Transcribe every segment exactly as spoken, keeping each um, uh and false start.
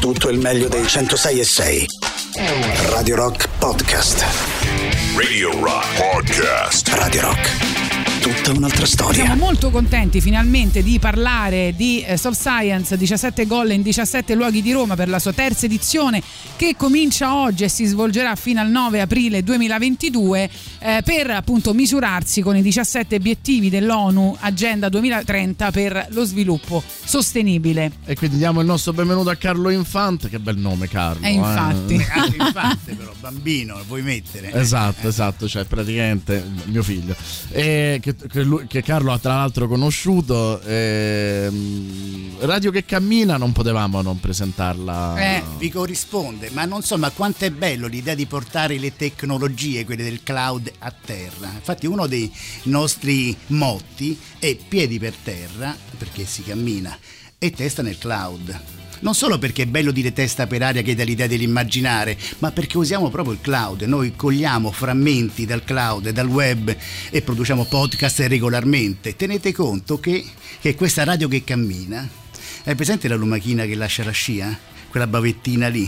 tutto il meglio dei centosei e sei. Radio Rock Podcast. Radio Rock Podcast. Radio Rock. Tutta un'altra storia. Siamo molto contenti finalmente di parlare di eh, Soul Science, diciassette gol in diciassette luoghi di Roma per la sua terza edizione, che comincia oggi e si svolgerà fino al nove aprile duemilaventidue, eh, per appunto misurarsi con i diciassette obiettivi dell'ONU Agenda duemilatrenta per lo sviluppo sostenibile. E quindi diamo il nostro benvenuto a Carlo Infante, che bel nome Carlo. Eh, infatti. Eh. Carlo Infante però, bambino, lo puoi mettere. Esatto, esatto, cioè praticamente mio figlio. E che, che, lui, che Carlo ha tra l'altro conosciuto. ehm, Radio che cammina, non potevamo non presentarla. Eh, vi corrisponde, ma non so, ma quanto è bello l'idea di portare le tecnologie, quelle del cloud, a terra. Infatti uno dei nostri motti è piedi per terra, perché si cammina, e testa nel cloud. Non solo perché è bello dire testa per aria, che dà l'idea dell'immaginare, ma perché usiamo proprio il cloud. Noi cogliamo frammenti dal cloud e dal web e produciamo podcast regolarmente. Tenete conto che, che questa radio che cammina, è presente la lumachina che lascia la scia? Quella bavettina lì.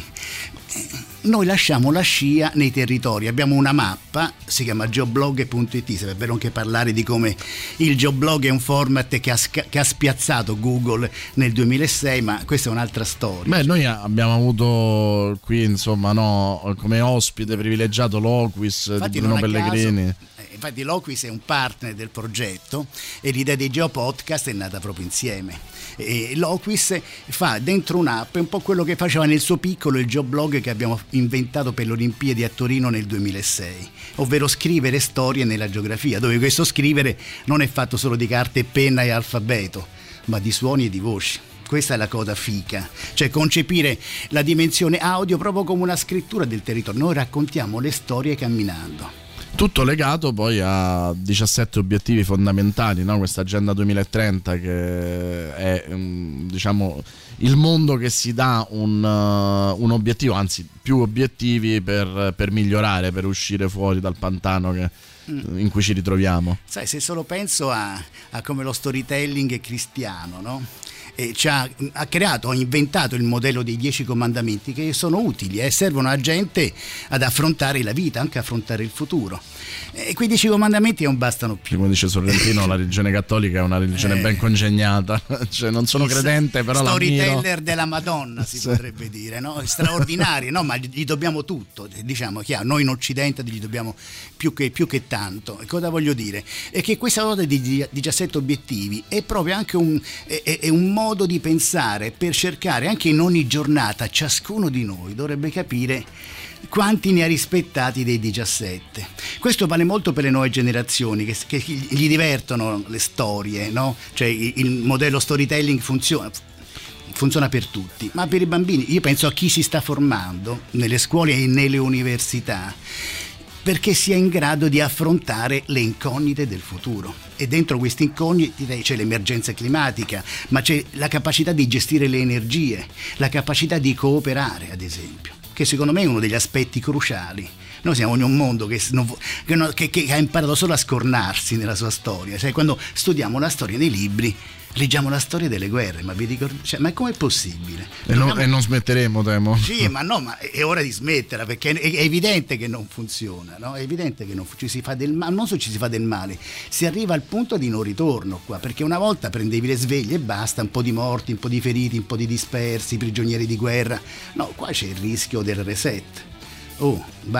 Noi lasciamo la scia nei territori, abbiamo una mappa, si chiama geoblog punto it, sarebbe anche parlare di come il geoblog è un format che ha, che ha spiazzato Google nel duemilasei, ma questa è un'altra storia. Beh, noi abbiamo avuto qui, insomma, no, come ospite privilegiato Loquis di Bruno Pellegrini. Caso, infatti Loquis è un partner del progetto e l'idea dei Geopodcast è nata proprio insieme. E Loquis fa dentro un'app un po' quello che faceva nel suo piccolo il geoblog che abbiamo inventato per le Olimpiadi a Torino nel duemilasei, ovvero scrivere storie nella geografia, dove questo scrivere non è fatto solo di carta e penna e alfabeto, ma di suoni e di voci. Questa è la cosa fica, cioè concepire la dimensione audio proprio come una scrittura del territorio. Noi raccontiamo le storie camminando. Tutto legato poi a diciassette obiettivi fondamentali, no? Questa Agenda duemilatrenta che è, diciamo, il mondo che si dà un, uh, un obiettivo, anzi più obiettivi per, per migliorare, per uscire fuori dal pantano che, mm. in cui ci ritroviamo. Sai, se solo penso a, a come lo storytelling è cristiano, no? E ci ha, ha creato, ha inventato il modello dei dieci comandamenti, che sono utili e eh, servono a gente ad affrontare la vita, anche affrontare il futuro. E quei dieci comandamenti non bastano più. Come dice Sorrentino, la religione cattolica è una religione eh, ben congegnata, cioè non sono credente, però la storyteller della Madonna, si sì. potrebbe dire, no? Straordinari, no? Ma gli dobbiamo tutto, diciamo, chiaro, noi in Occidente gli dobbiamo più che, più che tanto. E cosa voglio dire? È che questa cosa di diciassette obiettivi è proprio anche un, è, è un modo di pensare per cercare anche in ogni giornata, ciascuno di noi dovrebbe capire quanti ne ha rispettati dei diciassette. Questo vale molto per le nuove generazioni che, che gli divertono le storie, no? Cioè il modello storytelling funziona funziona per tutti, ma per i bambini, io penso a chi si sta formando nelle scuole e nelle università, perché sia in grado di affrontare le incognite del futuro. E dentro queste incognite c'è l'emergenza climatica, ma c'è la capacità di gestire le energie, la capacità di cooperare, ad esempio, che secondo me è uno degli aspetti cruciali. Noi siamo in un mondo che, non, che, non, che, che ha imparato solo a scornarsi nella sua storia. Cioè, quando studiamo la storia nei libri, leggiamo la storia delle guerre, ma vi ricordo, cioè, ma com'è possibile? E, no, e non smetteremo, temo. Sì, ma no, ma è ora di smetterla, perché è, è evidente che non funziona, no? È evidente che non ci si fa del male, non solo ci si fa del male, si arriva al punto di non ritorno qua, perché una volta prendevi le sveglie e basta, un po' di morti, un po' di feriti, un po' di dispersi, prigionieri di guerra. No, qua c'è il rischio del reset. Oh,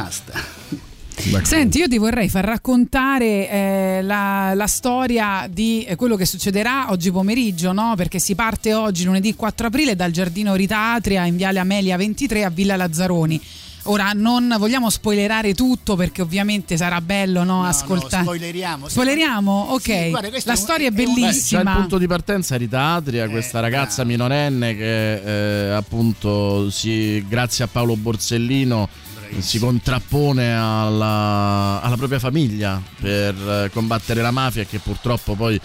basta. Senti, io ti vorrei far raccontare eh, la, la storia di eh, quello che succederà oggi pomeriggio, no? Perché si parte oggi, lunedì quattro aprile, dal Giardino Rita Atria in Viale Amelia ventitré a Villa Lazzaroni. Ora non vogliamo spoilerare tutto, perché ovviamente sarà bello, no, no ascoltare. No, spoileriamo. Spoileriamo? Ok. Sì, guarda, la è storia un, è bellissima. Beh, già il punto di partenza è Rita Atria, eh, questa ragazza ah. minorenne che eh, appunto si, grazie a Paolo Borsellino, si contrappone alla, alla propria famiglia per combattere la mafia, che purtroppo poi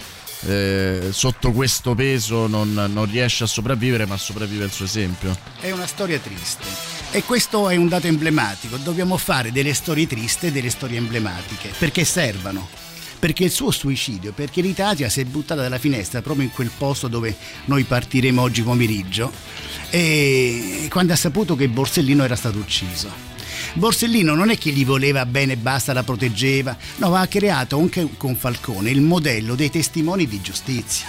eh, sotto questo peso non, non riesce a sopravvivere, ma sopravvive il suo esempio. È una storia triste e questo è un dato emblematico. Dobbiamo fare delle storie triste e delle storie emblematiche, perché servano. perché il suo suicidio, perché l'Italia si è buttata dalla finestra proprio in quel posto dove noi partiremo oggi pomeriggio, e quando ha saputo che Borsellino era stato ucciso. Borsellino non è che gli voleva bene e basta, la proteggeva, no, ha creato anche con Falcone il modello dei testimoni di giustizia,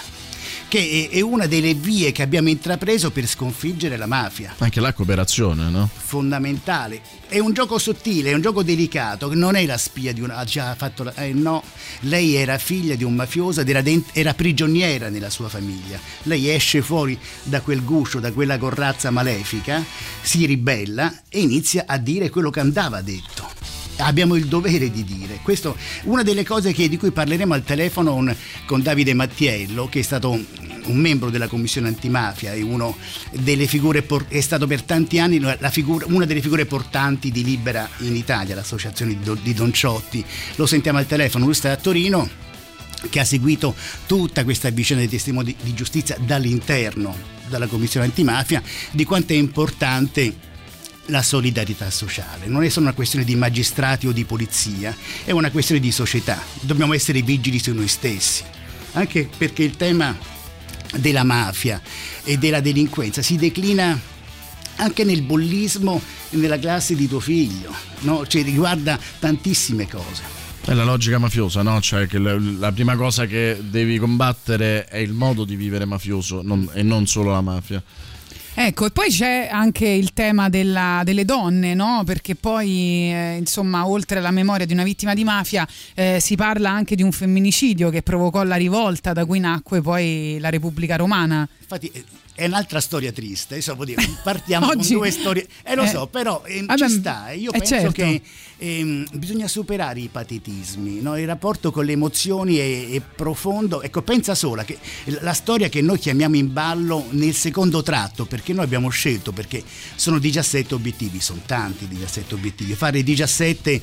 che è una delle vie che abbiamo intrapreso per sconfiggere la mafia. Anche la cooperazione, no? Fondamentale. È un gioco sottile, è un gioco delicato, che non è la spia di una... Ha già fatto la, eh, no, lei era figlia di un mafioso ed era, dent- era prigioniera nella sua famiglia. Lei esce fuori da quel guscio, da quella corazza malefica, si ribella e inizia a dire quello che andava detto. Abbiamo il dovere di dire questo. Una delle cose che, di cui parleremo al telefono con, con Davide Mattiello, che è stato un, un membro della commissione antimafia e uno delle figure por- è stato per tanti anni la figura, una delle figure portanti di Libera in Italia, l'associazione di, Do, di Don Ciotti. Lo sentiamo al telefono, lui sta a Torino, che ha seguito tutta questa vicenda dei testimoni di, di giustizia dall'interno, dalla commissione antimafia, di quanto è importante la solidarietà sociale. Non è solo una questione di magistrati o di polizia, è una questione di società. Dobbiamo essere vigili su noi stessi, anche perché il tema della mafia e della delinquenza si declina anche nel bullismo e nella classe di tuo figlio, no? Cioè riguarda tantissime cose. È la logica mafiosa, no? Cioè che la, la prima cosa che devi combattere è il modo di vivere mafioso, non, e non solo la mafia. Ecco, e poi c'è anche il tema della, delle donne, no? Perché poi, eh, insomma, oltre alla memoria di una vittima di mafia, eh, si parla anche di un femminicidio che provocò la rivolta da cui nacque poi la Repubblica Romana. Infatti è un'altra storia triste, so, dire, partiamo Oggi, con due storie, eh lo eh, so, però eh, vabbè, ci sta, io eh, penso certo. che eh, bisogna superare i patetismi, no? Il rapporto con le emozioni è, è profondo. Ecco, pensa sola che la storia che noi chiamiamo in ballo nel secondo tratto, perché noi abbiamo scelto, perché sono diciassette obiettivi, sono tanti diciassette obiettivi, fare diciassette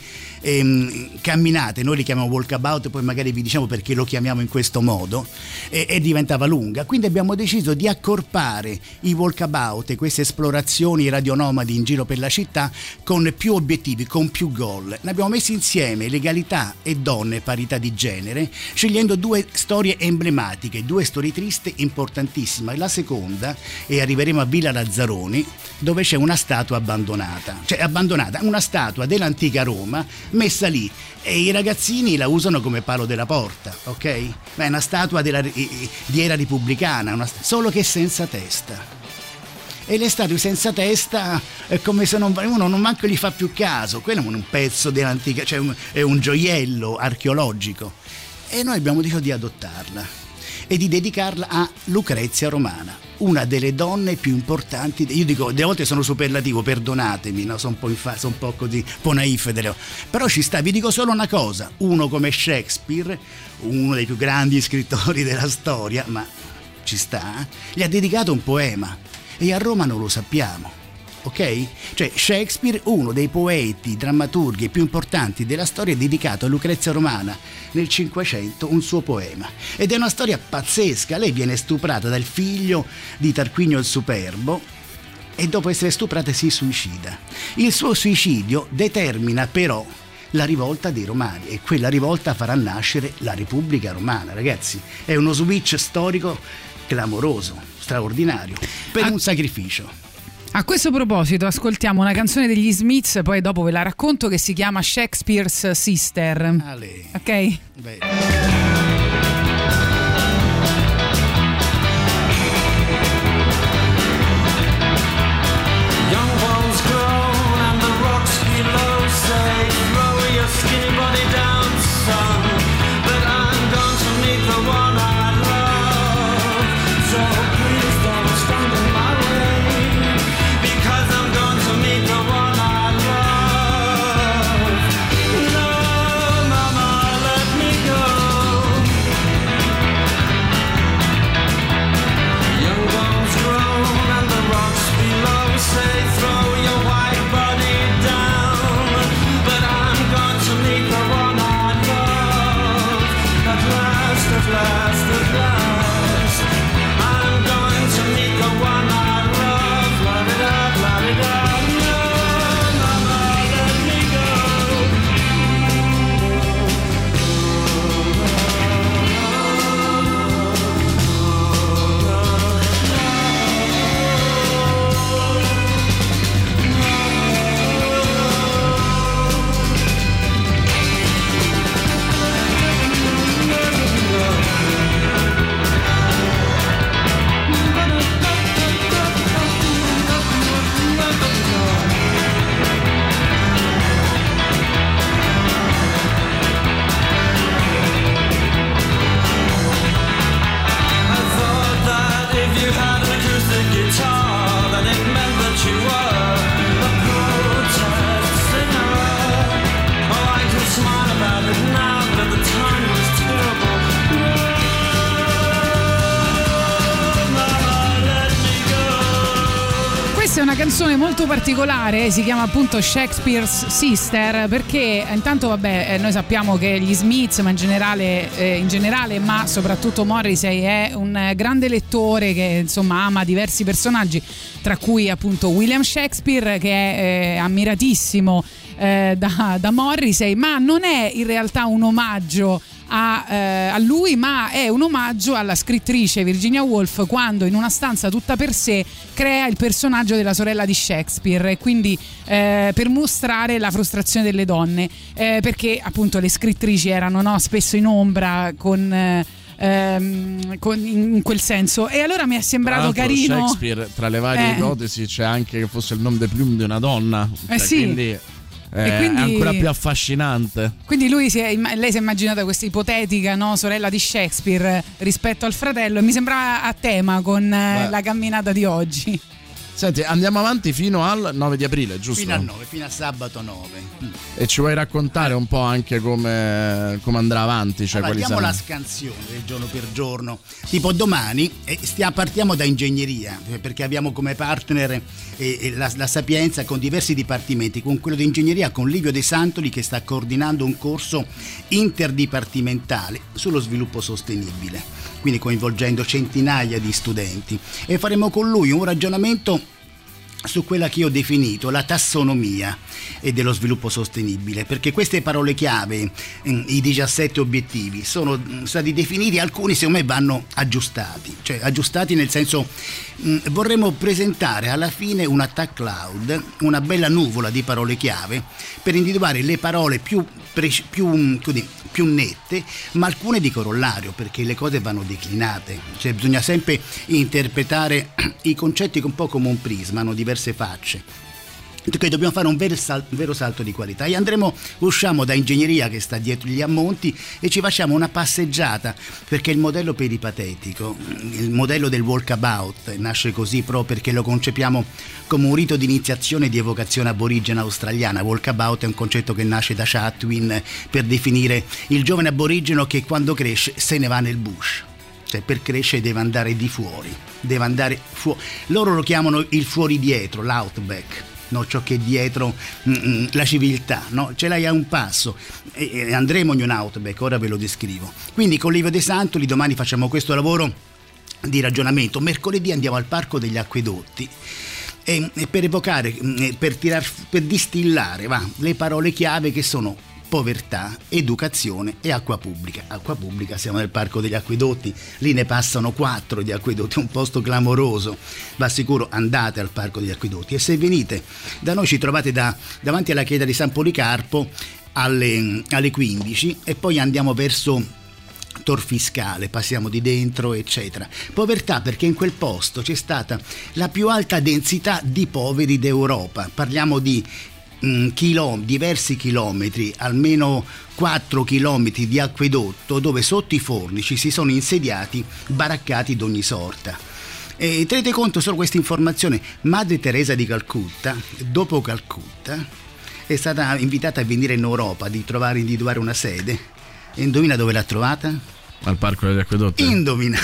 ehm, camminate, noi li chiamiamo walkabout, poi magari vi diciamo perché lo chiamiamo in questo modo, e, e diventava lunga, quindi abbiamo deciso di accorpare i walkabout e queste esplorazioni radionomadi in giro per la città con più obiettivi, con più goal. Ne abbiamo messi insieme legalità e donne, parità di genere, scegliendo due storie emblematiche, due storie tristi importantissime. La seconda, e arriveremo a Villa Lazzaroni, dove c'è una statua abbandonata, cioè abbandonata, una statua dell'antica Roma messa lì e i ragazzini la usano come palo della porta, ok? Ma è una statua della, di era repubblicana, una, solo che senza testa. E le statue senza testa è come se non, uno non manco gli fa più caso. Quello è un pezzo dell'antica, cioè un, è un gioiello archeologico, e noi abbiamo deciso di adottarla e di dedicarla a Lucrezia Romana, una delle donne più importanti. Io dico, delle volte sono superlativo, perdonatemi, no? Sono un po' infa- sono un po' così, un po' naif delle... però ci sta. Vi dico solo una cosa: uno come Shakespeare, uno dei più grandi scrittori della storia, ma ci sta, gli ha dedicato un poema, e a Roma non lo sappiamo, ok? Cioè Shakespeare, uno dei poeti, drammaturghi più importanti della storia, ha dedicato a Lucrezia Romana nel Cinquecento un suo poema, ed è una storia pazzesca. Lei viene stuprata dal figlio di Tarquinio il Superbo e dopo essere stuprata si suicida. Il suo suicidio determina però la rivolta dei Romani, e quella rivolta farà nascere la Repubblica Romana. Ragazzi, è uno switch storico clamoroso, straordinario, per a, un sacrificio. A questo proposito ascoltiamo una canzone degli Smiths, poi dopo ve la racconto, che si chiama Shakespeare's Sister. Ale. Ok? Beh. Mama, let me go. Questa è una canzone molto particolare, si chiama appunto Shakespeare's Sister, perché intanto vabbè noi sappiamo che gli Smiths, ma in generale, eh, in generale ma soprattutto Morrissey è un grande lettore che insomma ama diversi personaggi, tra cui appunto William Shakespeare, che è eh, ammiratissimo eh, da, da Morrissey, ma non è in realtà un omaggio A, eh, a lui, ma è un omaggio alla scrittrice Virginia Woolf, quando in una stanza tutta per sé crea il personaggio della sorella di Shakespeare, e quindi eh, per mostrare la frustrazione delle donne, eh, perché appunto le scrittrici erano, no, spesso in ombra con eh, Ehm, con, in quel senso, e allora mi è sembrato carino. Shakespeare, tra le varie eh. ipotesi c'è anche che fosse il nome de plume di una donna, eh cioè, sì. quindi E quindi, è ancora più affascinante. Quindi lui si è, lei si è immaginata questa ipotetica, no, sorella di Shakespeare rispetto al fratello, e mi sembrava a tema con Beh. la camminata di oggi. Senti, andiamo avanti fino al nove di aprile, giusto? Fino al nove, fino a sabato nove. E ci vuoi raccontare un po' anche come, come andrà avanti? Cioè, allora, quali diamo saranno? la scansione del giorno per giorno. Tipo domani eh, stiamo, partiamo da ingegneria, perché abbiamo come partner eh, la, la Sapienza con diversi dipartimenti, con quello di ingegneria con Livio De Santoli, che sta coordinando un corso interdipartimentale sullo sviluppo sostenibile, quindi coinvolgendo centinaia di studenti, e faremo con lui un ragionamento su quella che io ho definito la tassonomia e dello sviluppo sostenibile, perché queste parole chiave, i diciassette obiettivi, sono stati definiti, alcuni secondo me vanno aggiustati, cioè aggiustati nel senso vorremmo presentare alla fine una tag cloud, una bella nuvola di parole chiave per individuare le parole più, più, più nette, ma alcune di corollario, perché le cose vanno declinate, cioè bisogna sempre interpretare i concetti un po' come un prisma, hanno diverse facce. Che dobbiamo fare un vero, sal- un vero salto di qualità, e andremo, usciamo da ingegneria che sta dietro gli ammonti e ci facciamo una passeggiata, perché il modello peripatetico, il modello del walkabout nasce così proprio perché lo concepiamo come un rito di iniziazione e di evocazione aborigena australiana. Walkabout è un concetto che nasce da Chatwin per definire il giovane aborigeno che quando cresce se ne va nel bush. Cioè, per crescere deve andare di fuori, deve andare fuori. Loro lo chiamano il fuori dietro, l'outback. No, ciò che è dietro mm, la civiltà, no? Ce l'hai a un passo, e, e andremo in un outback, ora ve lo descrivo. Quindi con Livio De Santoli domani facciamo questo lavoro di ragionamento. Mercoledì andiamo al Parco degli Acquedotti e, e per evocare, per, tirar, per distillare va, le parole chiave che sono povertà, educazione e acqua pubblica. Acqua pubblica, siamo nel Parco degli Acquedotti, lì ne passano quattro di acquedotti, un posto clamoroso. Va sicuro, andate al Parco degli Acquedotti, e se venite da noi ci trovate da, davanti alla chiesa di San Policarpo alle, alle quindici, e poi andiamo verso Tor Fiscale, passiamo di dentro eccetera. Povertà perché in quel posto c'è stata la più alta densità di poveri d'Europa, parliamo di Chilom, diversi chilometri, almeno quattro chilometri di acquedotto dove sotto i fornici si sono insediati baraccati d'ogni sorta. E tenete conto solo questa informazione: Madre Teresa di Calcutta, dopo Calcutta, è stata invitata a venire in Europa, di trovare, individuare una sede, e indovina dove l'ha trovata? Al Parco degli Acquedotti. Indovina.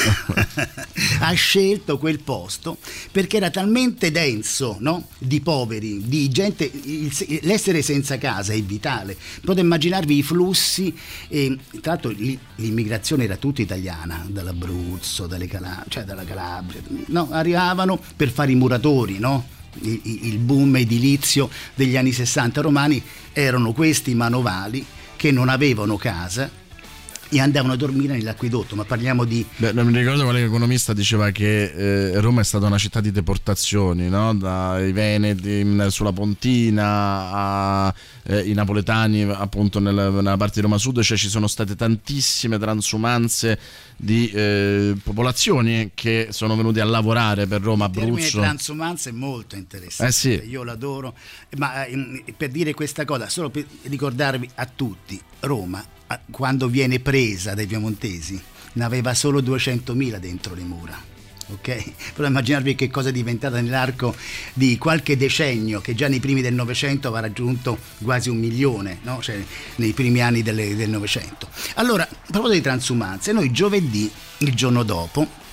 Ha scelto quel posto perché era talmente denso, no? Di poveri, di gente. Il, l'essere senza casa è vitale. Potete immaginarvi i flussi, e tra l'altro l'immigrazione era tutta italiana, dall'Abruzzo, dalle Calab- cioè dalla Calabria, no? Arrivavano per fare i muratori, no? Il boom edilizio degli anni sessanta romani erano questi manovali che non avevano casa e andavano a dormire nell'acquedotto, ma parliamo di... Beh, non mi ricordo quale economista diceva che eh, Roma è stata una città di deportazioni, no? Dai Veneti sulla Pontina a, eh, i napoletani appunto nel, nella parte di Roma Sud, cioè ci sono state tantissime transumanze di eh, popolazioni che sono venute a lavorare per Roma, Abruzzo. Il termine transumanza è molto interessante, eh sì. Io l'adoro, ma eh, per dire questa cosa, solo per ricordarvi a tutti, Roma quando viene presa dai piemontesi ne aveva solo duecentomila dentro le mura, ok? Però immaginarvi che cosa è diventata nell'arco di qualche decennio, che già nei primi del Novecento aveva raggiunto quasi un milione, no? Cioè nei primi anni delle, del Novecento. Allora, a proposito di transumanze, noi giovedì, il giorno dopo,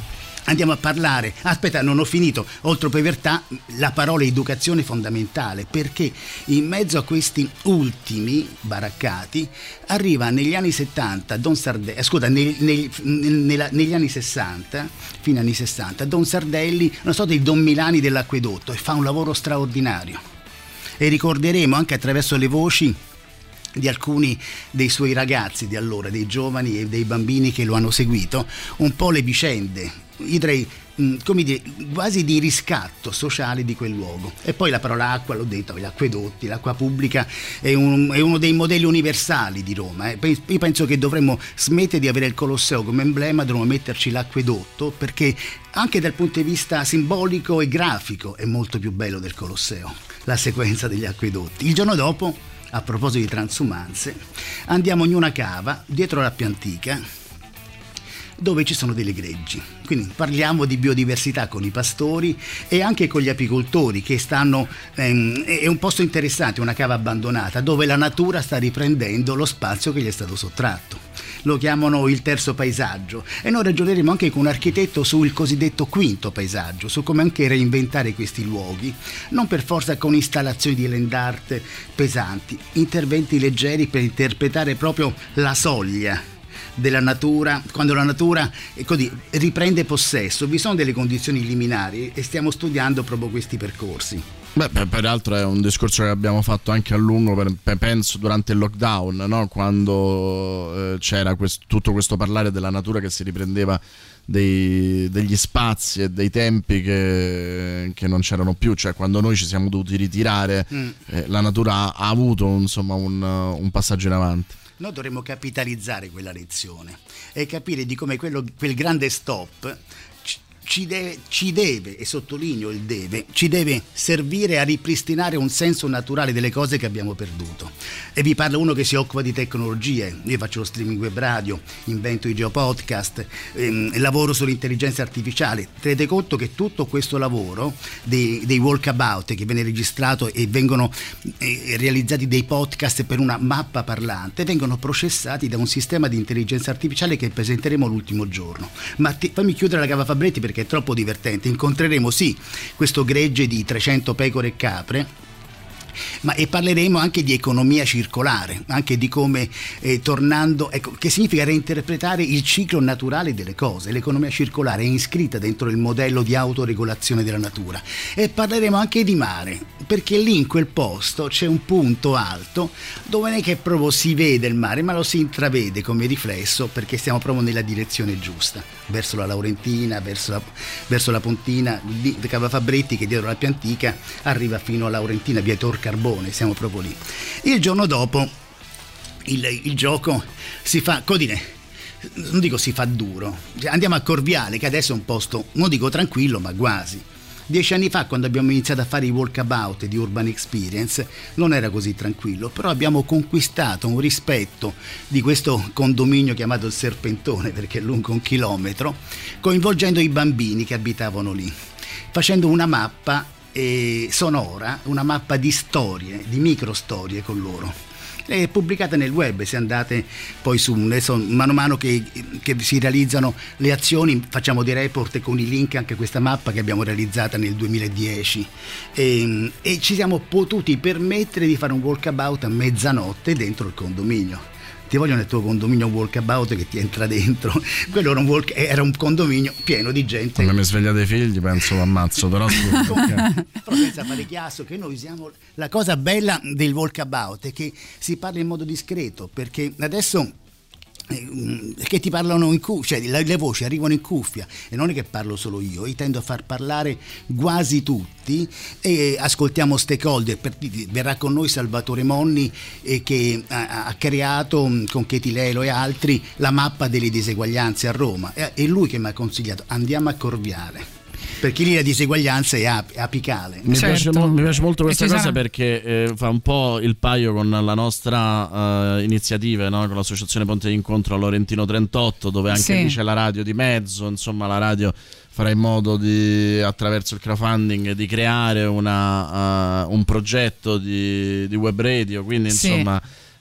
Andiamo a parlare, aspetta, non ho finito, oltre a povertà, la parola educazione è fondamentale, perché in mezzo a questi ultimi baraccati arriva negli anni settanta Don Sardelli, eh, scusa, nel, nel, nella, negli anni sessanta, fine anni sessanta, Don Sardelli, non so, del Don Milani dell'acquedotto, e fa un lavoro straordinario. E ricorderemo anche attraverso le voci di alcuni dei suoi ragazzi di allora, dei giovani e dei bambini che lo hanno seguito, un po' le vicende, io direi come dire, quasi di riscatto sociale di quel luogo. E poi la parola acqua, l'ho detto, gli acquedotti, l'acqua pubblica è, un, è uno dei modelli universali di Roma. Eh. Io penso che dovremmo smettere di avere il Colosseo come emblema, dovremmo metterci l'acquedotto, perché anche dal punto di vista simbolico e grafico è molto più bello del Colosseo, la sequenza degli acquedotti. Il giorno dopo, a proposito di transumanze, andiamo in una cava dietro la più antica dove ci sono delle greggi. Quindi parliamo di biodiversità con i pastori e anche con gli apicoltori che stanno, ehm, è un posto interessante, una cava abbandonata dove la natura sta riprendendo lo spazio che gli è stato sottratto. Lo chiamano il terzo paesaggio e noi ragioneremo anche con un architetto sul cosiddetto quinto paesaggio, su come anche reinventare questi luoghi, non per forza con installazioni di land art pesanti, interventi leggeri per interpretare proprio la soglia della natura, quando la natura eh, così, riprende possesso. Vi sono delle condizioni liminari e stiamo studiando proprio questi percorsi. Beh, peraltro è un discorso che abbiamo fatto anche a lungo, per, per, penso durante il lockdown, no? Quando eh, c'era questo, tutto questo parlare della natura che si riprendeva dei, degli spazi e dei tempi che, che non c'erano più, cioè quando noi ci siamo dovuti ritirare, mm. eh, la natura ha avuto insomma un, un passaggio in avanti. Noi dovremmo capitalizzare quella lezione e capire di come quello, quel grande stop ci deve, ci deve, e sottolineo il deve, ci deve servire a ripristinare un senso naturale delle cose che abbiamo perduto. E vi parla uno che si occupa di tecnologie, io faccio lo streaming web radio, invento i geopodcast, ehm, lavoro sull'intelligenza artificiale. Tenete conto che tutto questo lavoro dei, dei walkabout che viene registrato e vengono eh, realizzati dei podcast per una mappa parlante, vengono processati da un sistema di intelligenza artificiale che presenteremo l'ultimo giorno. Ma ti, fammi chiudere la cava Fabretti perché è troppo divertente. Incontreremo sì questo gregge di trecento pecore e capre, ma e parleremo anche di economia circolare, anche di come eh, tornando, ecco, che significa reinterpretare il ciclo naturale delle cose. L'economia circolare è iscritta dentro il modello di autoregolazione della natura. E parleremo anche di mare, perché lì in quel posto c'è un punto alto dove non è che proprio si vede il mare, ma lo si intravede come riflesso, perché stiamo proprio nella direzione giusta, verso la Laurentina, verso la, verso la Pontina di Cava Fabretti, che dietro la più antica arriva fino a Laurentina, via Tor Carbone, siamo proprio lì. Il giorno dopo il, il gioco si fa, codine, non dico si fa duro, andiamo a Corviale, che adesso è un posto, non dico tranquillo, ma quasi. Dieci anni fa, quando abbiamo iniziato a fare i walkabout di Urban Experience, non era così tranquillo, però abbiamo conquistato un rispetto di questo condominio chiamato il Serpentone, perché è lungo un chilometro, coinvolgendo i bambini che abitavano lì, facendo una mappa eh, sonora, una mappa di storie, di microstorie con loro. È pubblicata nel web, se andate poi su, adesso, mano a mano che, che si realizzano le azioni, facciamo dei report con i link anche a questa mappa che abbiamo realizzata nel duemiladieci e, e ci siamo potuti permettere di fare un walkabout a mezzanotte dentro il condominio. Ti voglio nel tuo condominio un walkabout che ti entra dentro. Quello era un, walk, era un condominio pieno di gente. Quando mi svegliate i figli penso l'ammazzo, però okay. Però senza fare chiasso che noi usiamo. La cosa bella del walkabout è che si parla in modo discreto, perché adesso che ti parlano in cuffia, cioè le, le voci arrivano in cuffia e non è che parlo solo io, io tendo a far parlare quasi tutti e ascoltiamo stakeholder. Per, verrà con noi Salvatore Monni eh, che ha, ha creato con Katie Lelo e altri la mappa delle diseguaglianze a Roma, è, è lui che mi ha consigliato andiamo a Corviale, perché lì la diseguaglianza è ap- apicale. Mi, certo. piace, mi piace molto questa cosa sarà... perché eh, fa un po' il paio con la nostra uh, iniziativa, no? Con l'associazione Ponte d'incontro a Laurentino trentotto, dove anche sì. lì c'è la radio di mezzo, insomma la radio farà in modo di, attraverso il crowdfunding, di creare una, uh, un progetto di, di web radio, quindi insomma... Sì.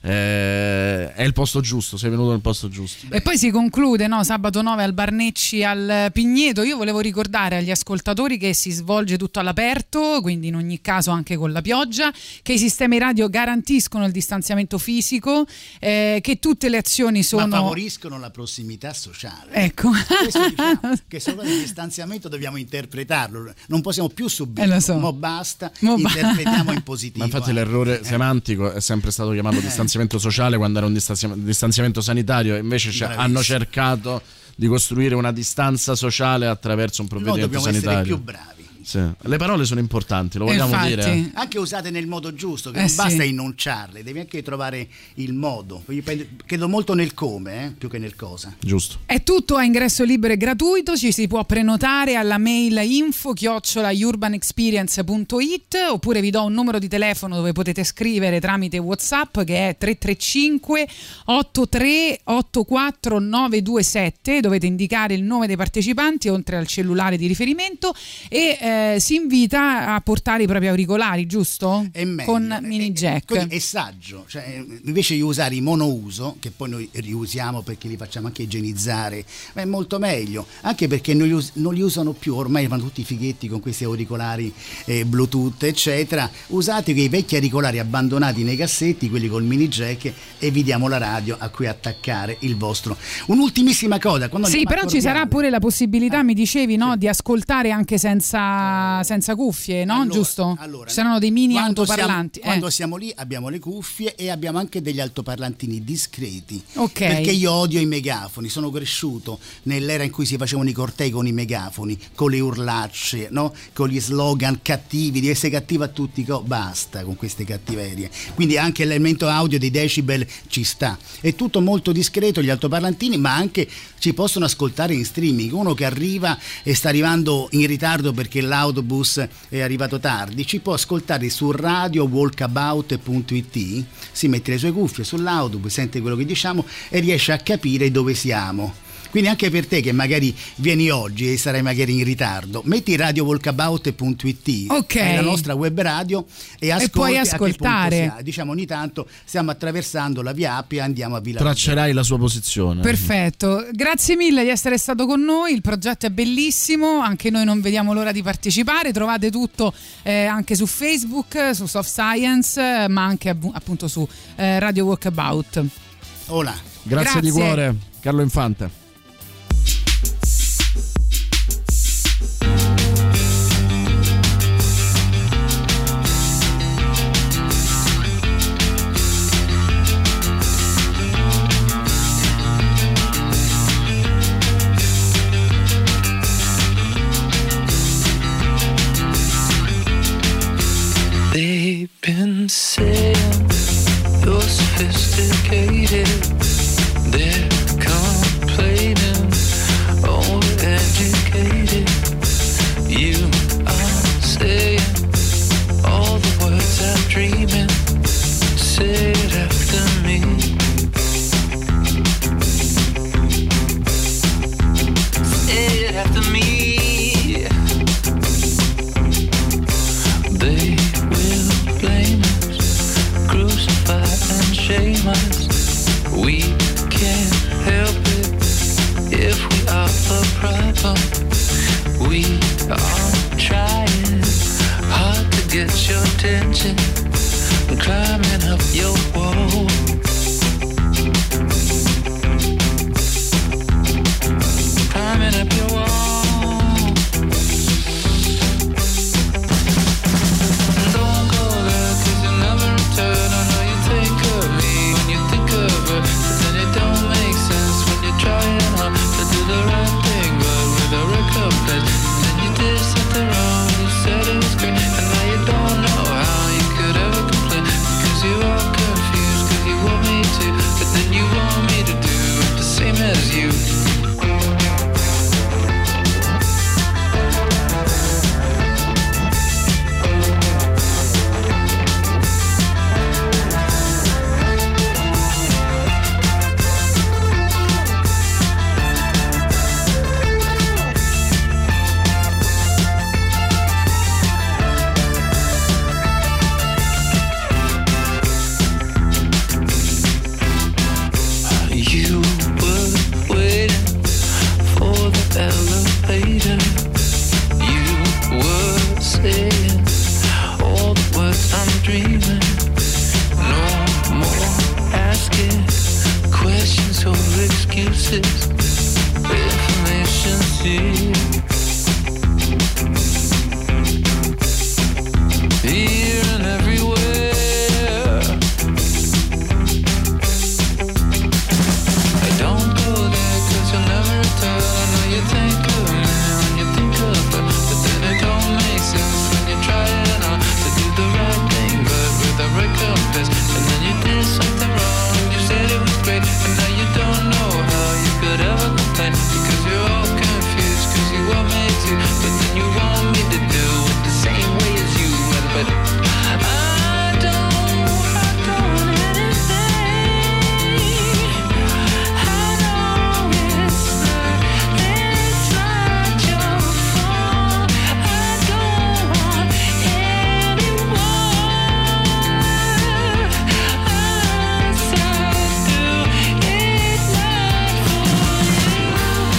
eh, è il posto giusto, sei venuto nel posto giusto. E poi si conclude, no? Sabato nove al Barnecci al Pigneto. Io volevo ricordare agli ascoltatori che si svolge tutto all'aperto, quindi in ogni caso anche con la pioggia, che i sistemi radio garantiscono il distanziamento fisico, eh, che tutte le azioni sono... ma favoriscono la prossimità sociale. Ecco. Questo, diciamo, che solo il distanziamento dobbiamo interpretarlo, non possiamo più subire, eh, so. mo basta, mo interpretiamo in positivo. Ma infatti eh. l'errore eh. semantico è sempre stato chiamato eh. distanziamento sociale quando era un distanziamento, distanziamento sanitario, e invece cioè, hanno cercato di costruire una distanza sociale attraverso un provvedimento Noi dobbiamo sanitario. essere più bravi. Sì. Le parole sono importanti, lo vogliamo Infatti. dire. Anche usate nel modo giusto, che eh non sì. basta enunciarle, devi anche trovare il modo. Io credo molto nel come, eh, più che nel cosa. Giusto. È tutto a ingresso libero e gratuito, ci si può prenotare alla mail info chiocciola urban experience punto it, oppure vi do un numero di telefono dove potete scrivere tramite WhatsApp, che è tre tre cinque otto tre otto quattro nove due sette. Dovete indicare il nome dei partecipanti oltre al cellulare di riferimento e eh, si invita a portare i propri auricolari, giusto? È meglio, con mini jack. È, è, è saggio, cioè, invece di usare i monouso, che poi noi riusiamo perché li facciamo anche igienizzare, ma è molto meglio, anche perché non li, us- non li usano più, ormai vanno tutti i fighetti con questi auricolari eh, Bluetooth eccetera. Usate quei vecchi auricolari abbandonati nei cassetti, quelli col mini jack, e vi diamo la radio a cui attaccare il vostro. Un'ultimissima cosa, quando sì, però ci sarà pure la possibilità, ah, mi dicevi, no, sì. di ascoltare anche senza senza cuffie, no? Allora, Giusto? allora, ci saranno dei mini quando altoparlanti. Siamo, eh. Quando siamo lì abbiamo le cuffie e abbiamo anche degli altoparlantini discreti. Ok. Perché io odio i megafoni, sono cresciuto nell'era in cui si facevano i cortei con i megafoni, con le urlacce, no? Con gli slogan cattivi, di essere cattivo a tutti, co- basta con queste cattiverie. Quindi anche l'elemento audio dei decibel ci sta. È tutto molto discreto, gli altoparlantini, ma anche ci possono ascoltare in streaming. Uno che arriva e sta arrivando in ritardo perché l'autobus è arrivato tardi, ci può ascoltare su radio walkabout punto it, si mette le sue cuffie sull'autobus, sente quello che diciamo e riesce a capire dove siamo. Quindi anche per te che magari vieni oggi e sarai magari in ritardo, metti radio walkabout punto it, okay. è la nostra web radio, e ascolti, e puoi ascoltare. A che punto diciamo ogni tanto stiamo attraversando la via Appia e andiamo a Villa. Traccerai la sua posizione. Perfetto, grazie mille di essere stato con noi, il progetto è bellissimo, anche noi non vediamo l'ora di partecipare. Trovate tutto eh, anche su Facebook, su Soft Science, ma anche appunto su eh, Radio Walkabout. Hola. Grazie, grazie di cuore, Carlo Infante. They've been saying you're sophisticated. They're complaining, overeducated. You are saying all the words I'm dreaming. Say it after me. Say it after me. They will blame us, crucify and shame us. We can't help it if we are the problem. We are trying hard to get your attention, climbing up your wall. Climbing up your wall. As you faces, information seek. Here and everywhere. I don't go there cause you'll never return. I know you think of me when you think of her, but then it don't make sense when you're trying on to do the right thing, but with a recompense. And then you did something wrong and you said it was great, and now you don't know how you could ever complain, because you're all confused cause you were made to, but then you want me to do it the same way as you. But I don't, I don't anything. I know it's not, it's not your fault. I don't want anyone. I said do it not for you.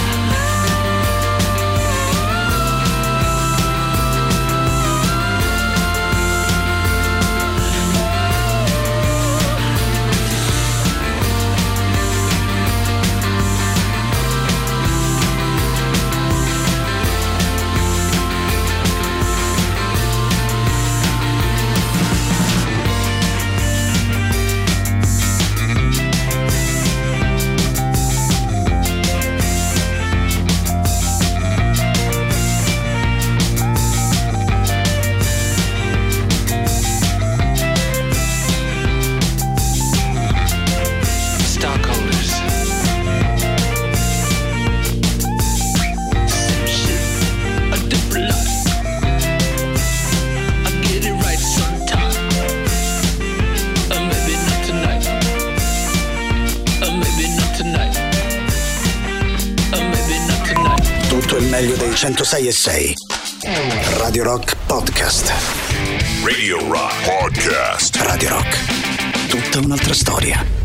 Stockholders. Same shit, a different life. I get it right sometime. Or maybe not tonight. Or maybe not tonight. Or maybe not tonight. Tutto il meglio dei centosei e sei. Radio Rock Podcast. Radio Rock Podcast. Radio Rock. Tutta un'altra storia.